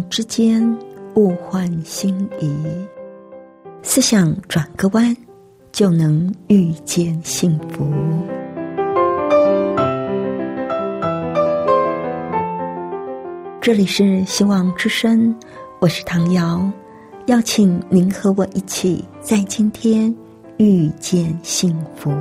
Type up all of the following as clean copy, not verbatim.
之间物换星移，思想转个弯，就能遇见幸福。这里是希望之声，我是唐瑶，邀请您和我一起在今天遇见幸福。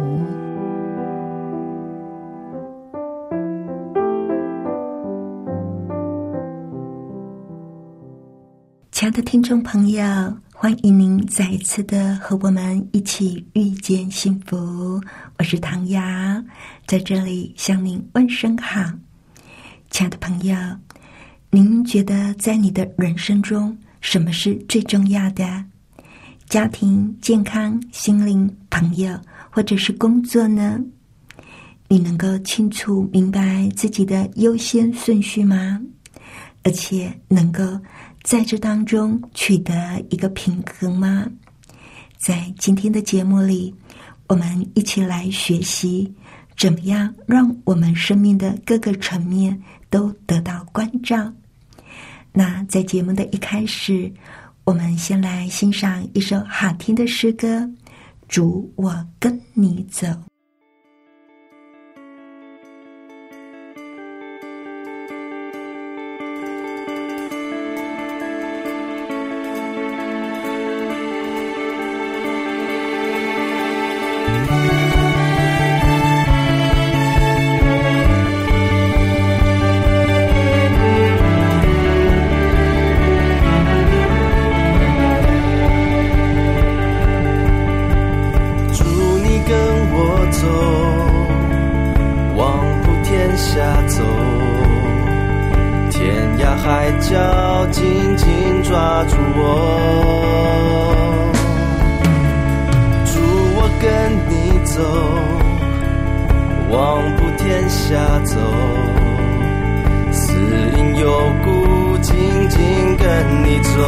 亲爱的听众朋友，欢迎您再一次的和我们一起遇见幸福，我是唐瑶，在这里向您问声好。亲爱的朋友，您觉得在你的人生中，什么是最重要的？家庭、健康、心灵、朋友，或者是工作呢？你能够清楚明白自己的优先顺序吗？而且能够在这当中取得一个平衡吗？在今天的节目里，我们一起来学习怎么样让我们生命的各个层面都得到关照。那在节目的一开始，我们先来欣赏一首好听的诗歌，主，我跟你走。 海角紧紧抓住我，主，我跟你走，往普天下走，死因有故，紧紧跟你走，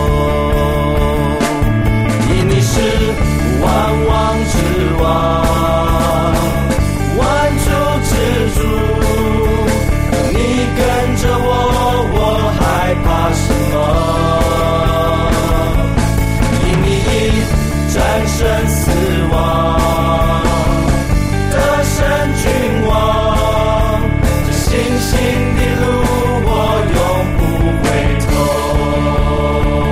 因你是万王之王，万主之主，你跟着我害怕什么？因你已战胜死亡，得胜君王，这信心的路我永不回头。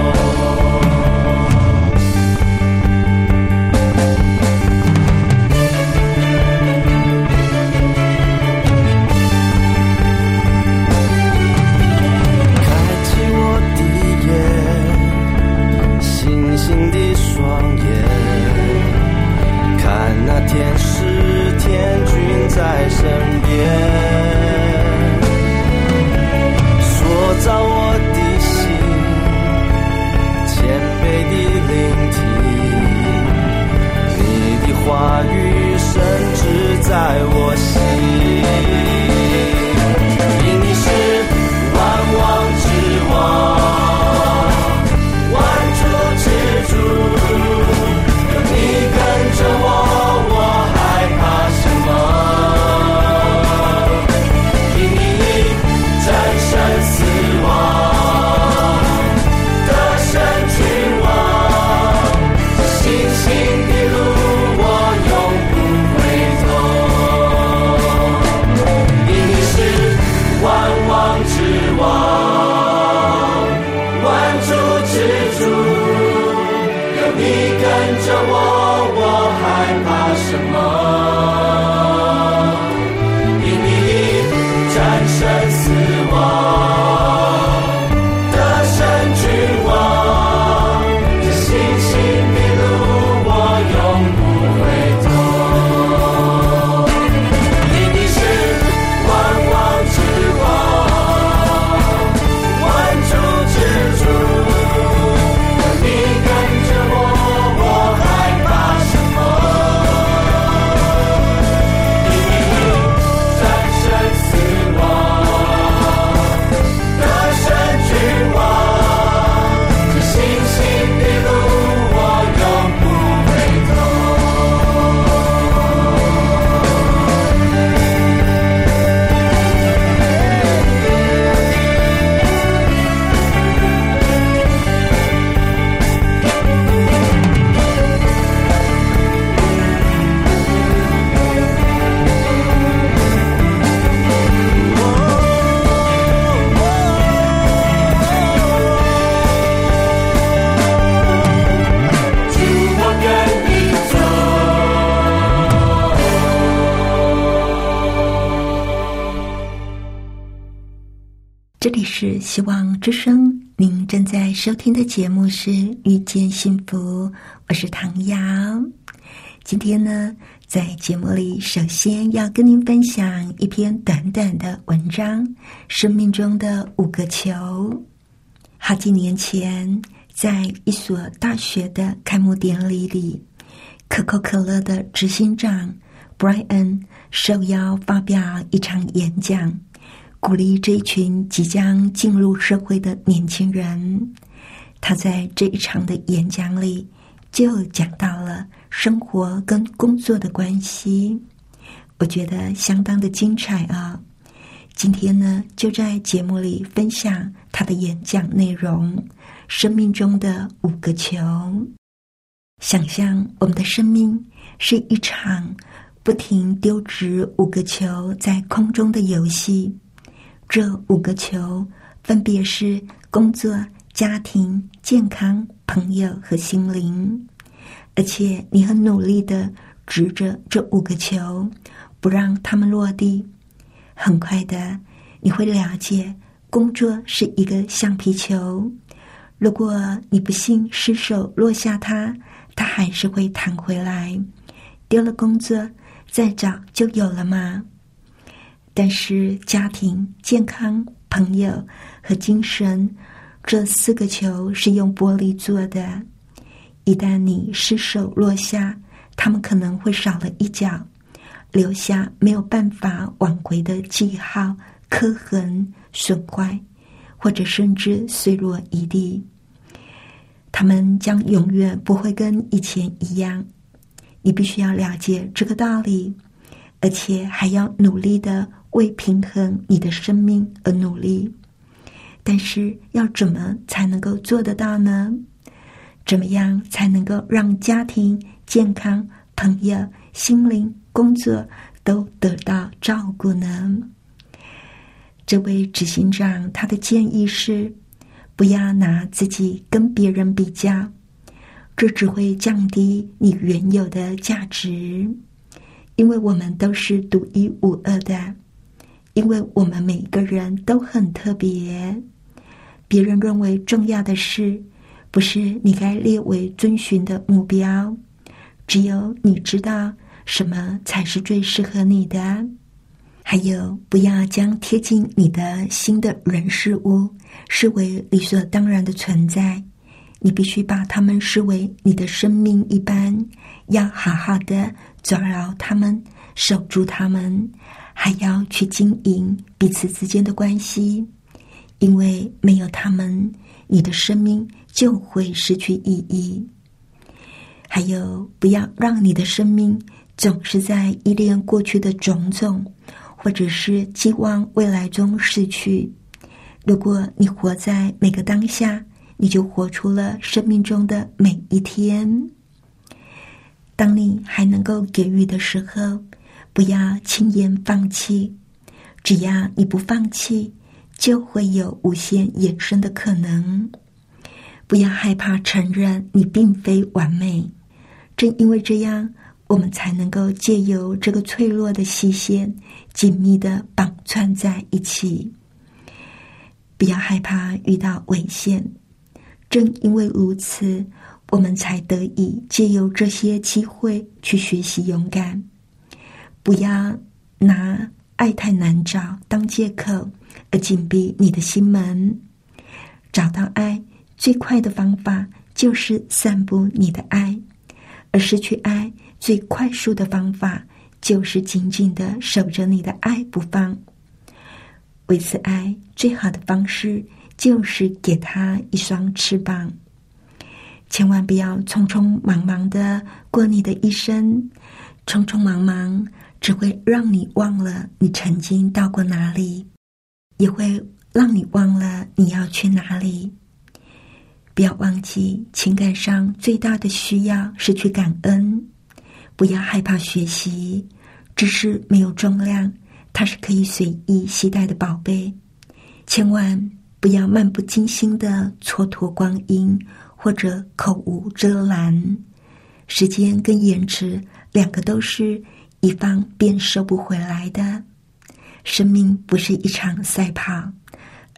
这里是希望之声，您正在收听的节目是遇见幸福，我是唐瑶。今天呢，在节目里首先要跟您分享一篇短短的文章，生命中的5个球。好几年前，在一所大学的开幕典礼里，可口可乐的执行长 Brian 受邀发表一场演讲，鼓励这一群即将进入社会的年轻人。他在这一场的演讲里就讲到了生活跟工作的关系，我觉得相当的精彩啊。今天呢，就在节目里分享他的演讲内容，生命中的5个球。想象我们的生命是一场不停丢掷5个球在空中的游戏，这5个球分别是工作、家庭、健康、朋友和心灵，而且你很努力地执着这5个球，不让它们落地。很快的，你会了解，工作是一个橡皮球，如果你不幸失手落下它还是会弹回来。丢了工作，再找就有了嘛。但是家庭、健康、朋友和精神，这4个球是用玻璃做的，一旦你失手落下，它们可能会少了一角，留下没有办法挽回的记号、刻痕、损坏，或者甚至碎落一地。它们将永远不会跟以前一样。你必须要了解这个道理，而且还要努力的为平衡你的生命而努力。但是要怎么才能够做得到呢？怎么样才能够让家庭、健康、朋友、心灵、工作都得到照顾呢？这位执行长他的建议是，不要拿自己跟别人比较，这只会降低你原有的价值。因为我们都是独一无二的，因为我们每个人都很特别。别人认为重要的事，不是你该列为遵循的目标，只有你知道什么才是最适合你的。还有，不要将贴近你的心的人事物视为理所当然的存在，你必须把它们视为你的生命一般，要好好的抓牢它们，守住它们，还要去经营彼此之间的关系，因为没有它们，你的生命就会失去意义。还有，不要让你的生命总是在依恋过去的种种，或者是寄望未来中逝去。如果你活在每个当下，你就活出了生命中的每一天。当你还能够给予的时候，不要轻言放弃。只要你不放弃，就会有无限衍生的可能。不要害怕承认你并非完美，正因为这样，我们才能够借由这个脆弱的细线紧密地绑串在一起。不要害怕遇到危险，正因为如此，我们才得以借由这些机会去学习勇敢。不要拿爱太难找当借口而紧闭你的心门。找到爱最快的方法就是散布你的爱，而失去爱最快速的方法就是紧紧地守着你的爱不放。维持爱最好的方式就是给他一双翅膀。千万不要匆匆忙忙地过你的一生，匆匆忙忙只会让你忘了你曾经到过哪里，也会让你忘了你要去哪里。不要忘记，情感上最大的需要是去感恩。不要害怕学习，知识没有重量，它是可以随意携带的宝贝。千万不要漫不经心地蹉跎光阴，或者口无遮拦。时间跟延迟两个都是一方便收不回来的。生命不是一场赛跑，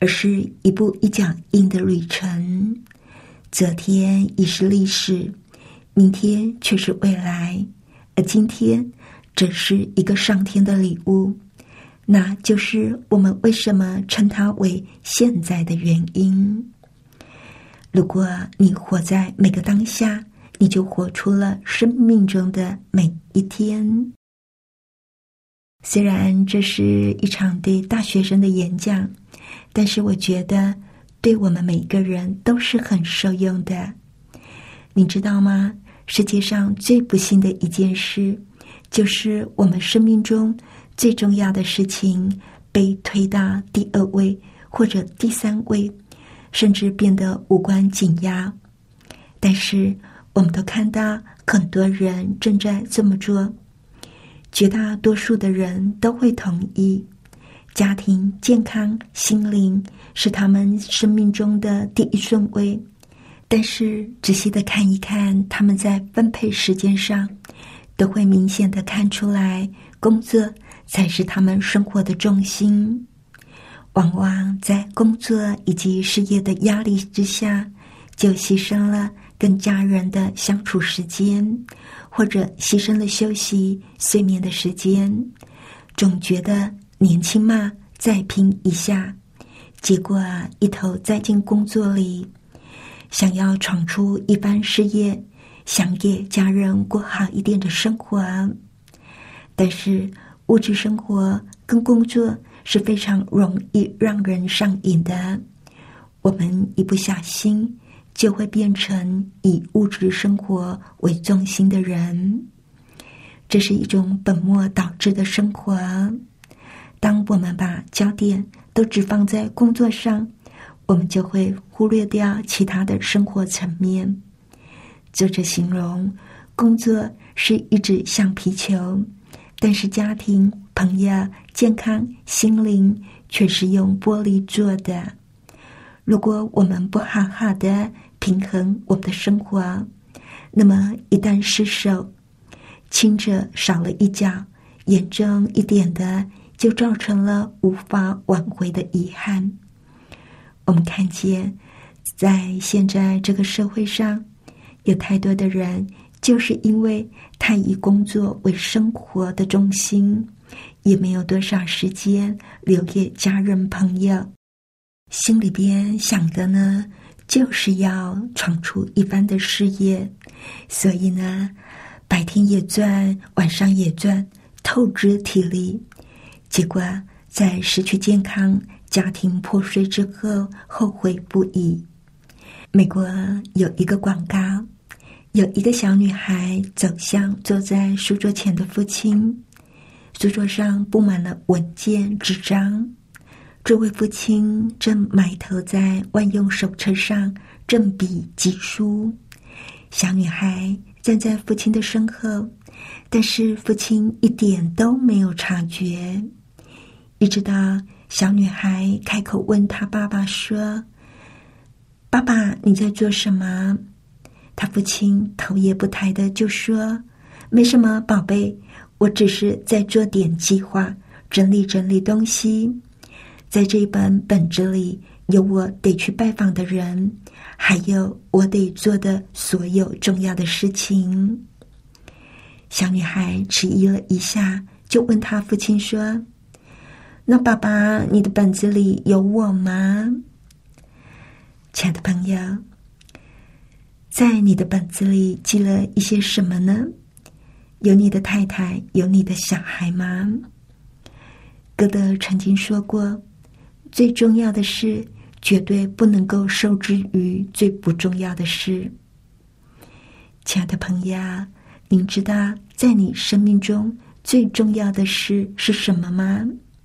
而是一步一脚印的旅程。昨天已是历史，明天却是未来，而今天则是一个上天的礼物，那就是我们为什么称它为现在的原因。如果你活在每个当下，你就活出了生命中的每一天。虽然这是一场对大学生的演讲，但是我觉得对我们每一个人都是很受用的。你知道吗？世界上最不幸的一件事，就是我们生命中最重要的事情被推到第2位或者第3位，甚至变得无关紧要。但是我们都看到很多人正在这么做，绝大多数的人都会同意，家庭、健康、心灵是他们生命中的第一顺位。但是仔细的看一看，他们在分配时间上，都会明显的看出来，工作才是他们生活的重心。往往在工作以及事业的压力之下，就牺牲了跟家人的相处时间，或者牺牲了休息、睡眠的时间，总觉得年轻嘛，再拼一下，结果一头栽进工作里，想要闯出一番事业，想给家人过好一点的生活。但是物质生活跟工作是非常容易让人上瘾的，我们一不小心就会变成以物质生活为中心的人，这是一种本末倒置的生活。当我们把焦点都只放在工作上，我们就会忽略掉其他的生活层面。作者形容，工作是一只橡皮球，但是家庭、朋友、健康、心灵却是用玻璃做的。如果我们不好好的平衡我们的生活，那么一旦失手，轻者少了一角，严重一点的就造成了无法挽回的遗憾。我们看见在现在这个社会上，有太多的人就是因为太以工作为生活的重心，也没有多少时间留给家人朋友，心里边想的呢，就是要闯出一番的事业，所以呢，白天也赚，晚上也赚，透支体力，结果在失去健康、家庭破碎之后，后悔不已。美国有一个广告，有一个小女孩走向坐在书桌前的父亲，书桌上布满了文件纸张，这位父亲正埋头在万用手册上正笔疾书。小女孩站在父亲的身后，但是父亲一点都没有察觉，一直到小女孩开口问她爸爸说：“爸爸，你在做什么？”他父亲头也不抬的就说：“没什么，宝贝，我只是在做点计划，整理整理东西。在这本本子里有我得去拜访的人，还有我得做的所有重要的事情。”小女孩迟疑了一下，就问她父亲说：“那爸爸，你的本子里有我吗？”亲爱的朋友，在你的本子里记了一些什么呢？有你的太太，有你的小孩吗？歌德曾经说过，最重要的事绝对不能够受制于最不重要的事。亲爱的朋友，您知道在你生命中最重要的事是什么吗？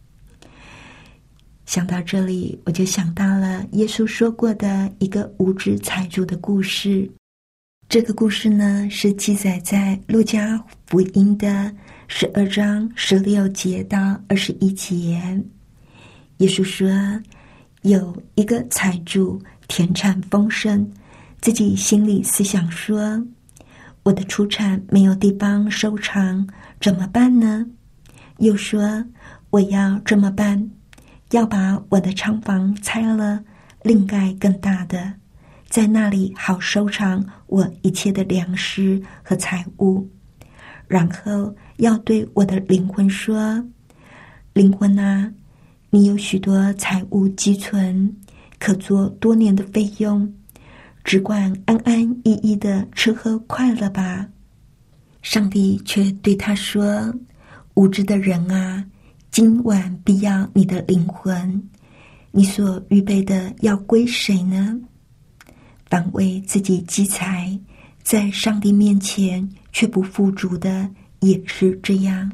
想到这里，我就想到了耶稣说过的一个无知财主的故事。这个故事呢，是记载在路加福音的12章16节到21节。耶稣说，有一个财主田产丰盛，自己心里思想说，我的出产没有地方收藏，怎么办呢？又说，我要这么办， 要把我的仓房拆了，另盖更大的，在那里好收藏我一切的粮食和财物。然后要对我的灵魂说：灵魂啊，你有许多财物积存，可做多年的费用，只管安安逸逸的吃喝快乐吧。上帝却对他说：无知的人啊，今晚必要你的灵魂，你所预备的要归谁呢？反为自己积财，在上帝面前却不富足的也是这样。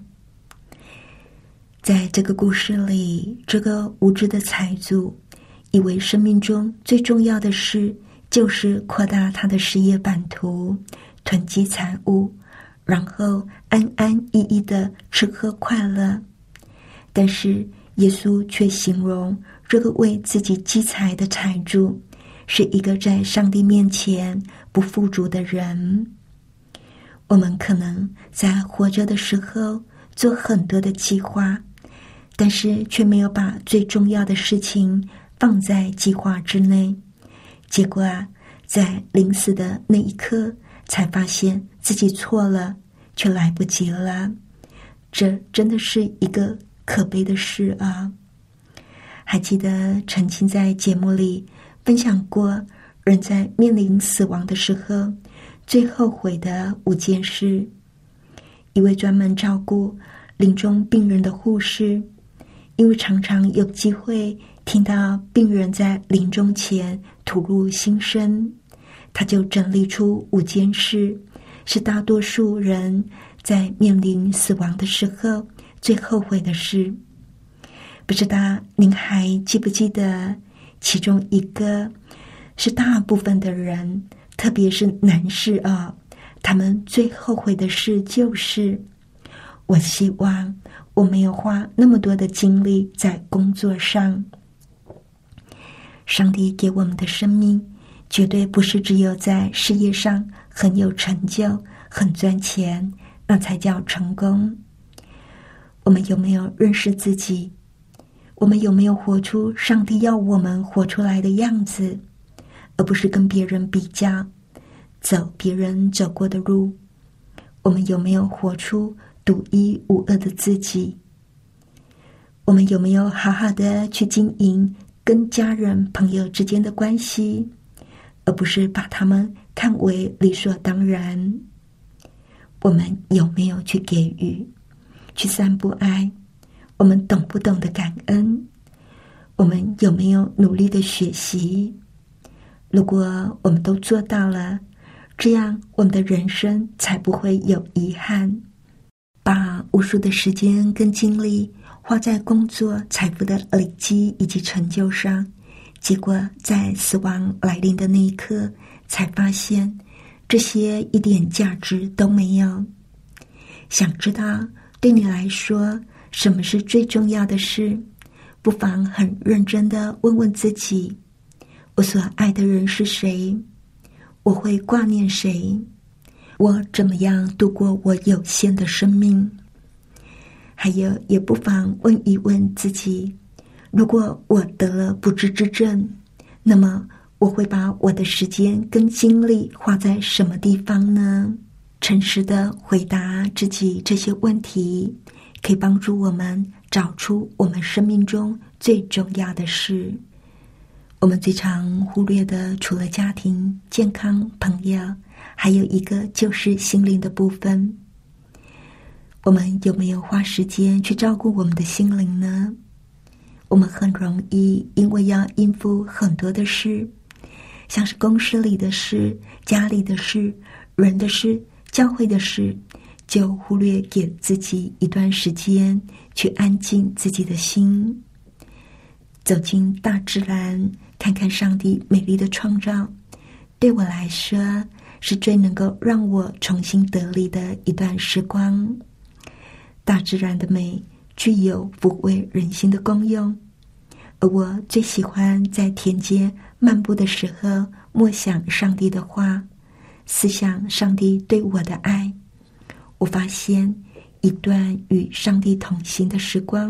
在这个故事里，这个无知的财主以为生命中最重要的事就是扩大他的事业版图，囤积财物，然后安安逸逸的吃喝快乐。但是耶稣却形容这个为自己积财的财主是一个在上帝面前不富足的人。我们可能在活着的时候做很多的计划，但是却没有把最重要的事情放在计划之内，结果在临死的那一刻才发现自己错了，却来不及了。这真的是一个可悲的事啊！还记得曾经在节目里分享过，人在面临死亡的时候最后悔的5件事。一位专门照顾临终病人的护士，因为常常有机会听到病人在临终前吐露心声，他就整理出5件事，是大多数人在面临死亡的时候最后悔的事。不知道您还记不记得其中一个是大部分的人，特别是男士他们最后悔的事就是我希望我没有花那么多的精力在工作上。上帝给我们的生命绝对不是只有在事业上很有成就，很赚钱，那才叫成功。我们有没有认识自己？我们有没有活出上帝要我们活出来的样子，而不是跟别人比较，走别人走过的路？我们有没有活出独一无二的自己？我们有没有好好的去经营跟家人朋友之间的关系，而不是把他们看为理所当然？我们有没有去给予，去散布爱？我们懂不懂得感恩？我们有没有努力的学习？如果我们都做到了，这样我们的人生才不会有遗憾。把无数的时间跟精力花在工作、财富的累积以及成就上，结果在死亡来临的那一刻才发现这些一点价值都没有。想知道对你来说什么是最重要的事，不妨很认真地问问自己：我所爱的人是谁？我会挂念谁？我怎么样度过我有限的生命？还有，也不妨问一问自己：如果我得了不治之症，那么我会把我的时间跟精力花在什么地方呢？诚实的回答自己这些问题，可以帮助我们找出我们生命中最重要的事。我们最常忽略的，除了家庭、健康、朋友，还有一个就是心灵的部分。我们有没有花时间去照顾我们的心灵呢？我们很容易因为要应付很多的事，像是公司里的事、家里的事、人的事、教会的事，就忽略给自己一段时间去安静自己的心，走进大自然，看看上帝美丽的创造，对我来说是最能够让我重新得力的一段时光。大自然的美具有抚慰人心的功用，而我最喜欢在田间漫步的时候默想上帝的话，思想上帝对我的爱。我发现一段与上帝同行的时光，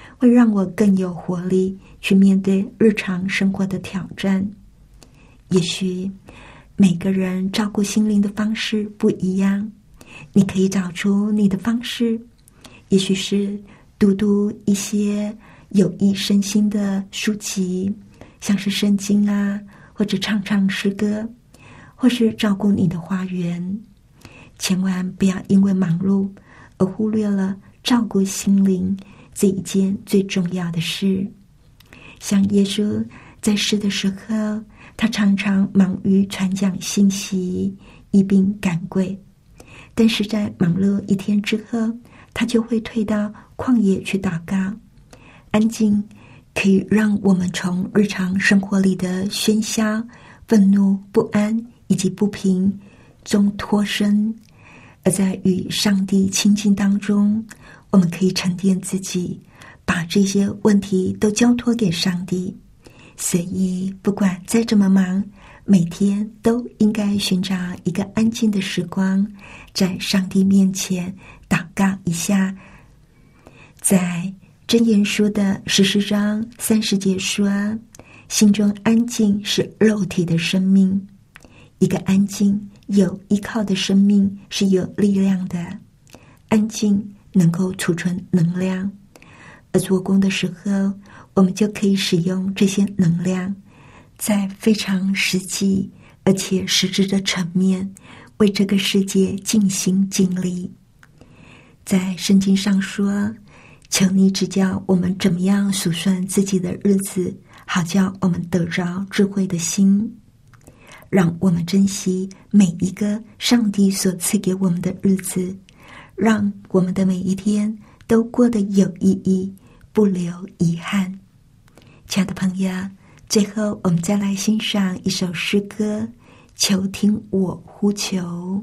会让我更有活力去面对日常生活的挑战。也许每个人照顾心灵的方式不一样，你可以找出你的方式，也许是读一些有益身心的书籍，像是圣经啊，或者唱诗歌，或是照顾你的花园。千万不要因为忙碌而忽略了照顾心灵这一件最重要的事。像耶稣在世的时候，他常常忙于传讲信息，医病赶鬼，但是在忙碌一天之后，他就会退到旷野去祷告。安静可以让我们从日常生活里的喧嚣、愤怒、不安以及不平中脱身，而在与上帝亲近当中，我们可以沉淀自己，把这些问题都交托给上帝。所以不管再怎么忙，每天都应该寻找一个安静的时光，在上帝面前祷告一下。在箴言书的14章30节说，心中安静是肉体的生命。一个安静有依靠的生命是有力量的，安静能够储存能量，而做工的时候，我们就可以使用这些能量，在非常实际而且实质的层面，为这个世界尽心尽力。在圣经上说，求你指教我们怎么样数算自己的日子，好叫我们得着智慧的心，让我们珍惜每一个上帝所赐给我们的日子，让我们的每一天都过得有意义，不留遗憾。亲爱的朋友，最后我们再来欣赏一首诗歌，求听我呼求。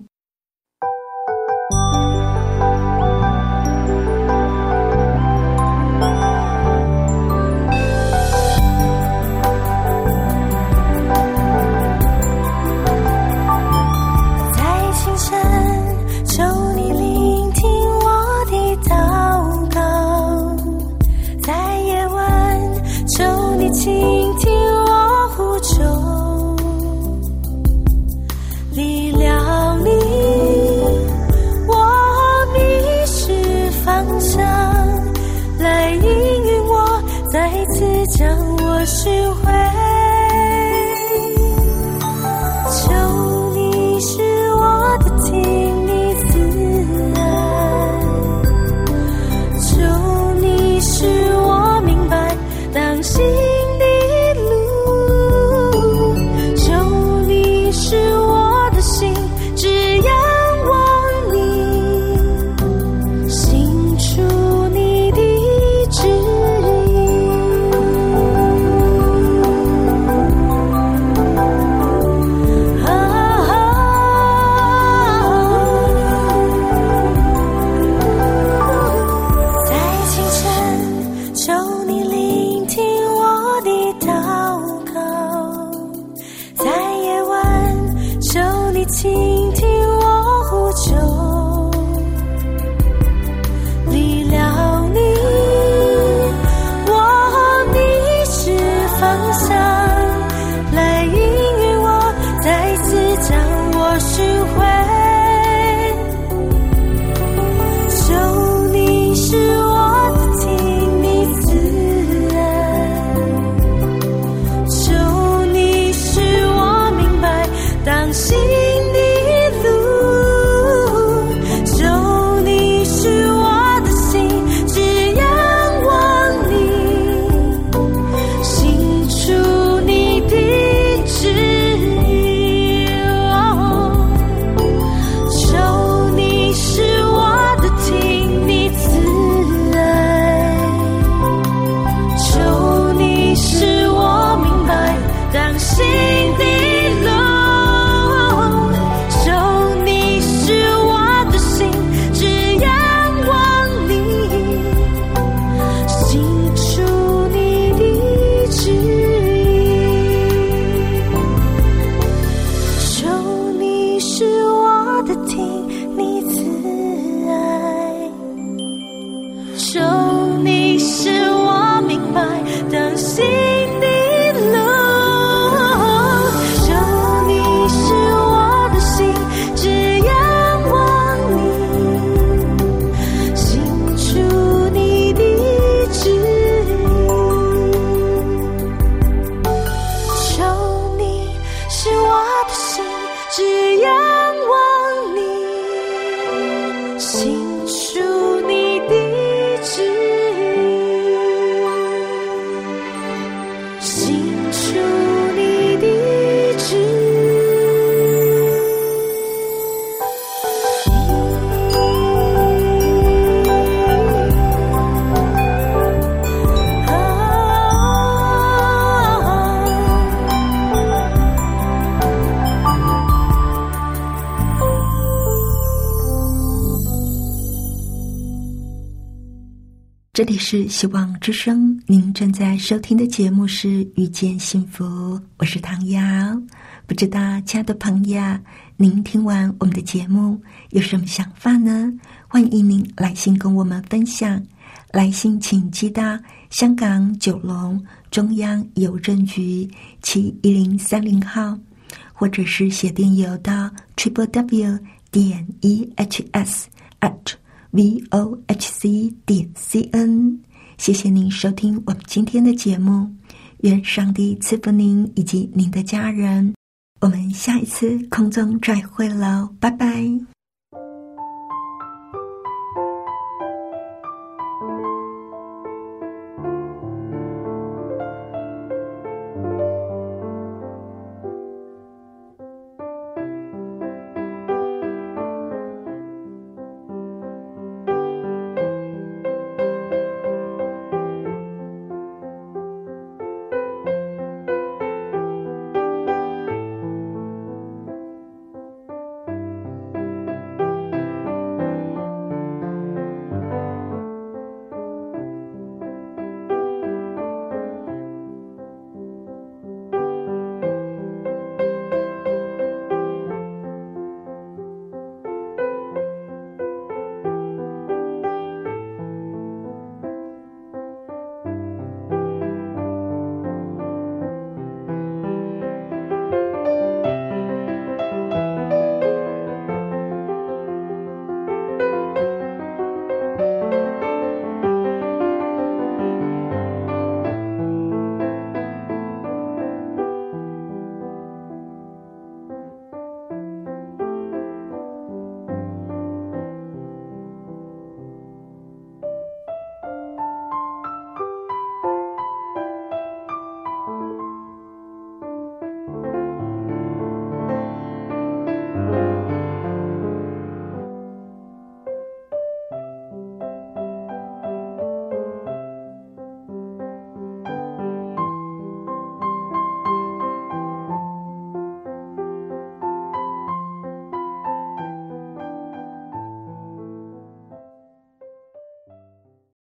心里这里是希望之声，您正在收听的节目是遇见幸福，我是唐瑶。不知道亲爱的朋友，您听完我们的节目有什么想法呢？欢迎您来信跟我们分享，来信请寄到香港九龙中央邮政局71030号，或者是写电邮到 www.ehs@vohc.cn。 谢谢您收听我们今天的节目，愿上帝赐福您以及您的家人，我们下一次空中再会喽，拜拜。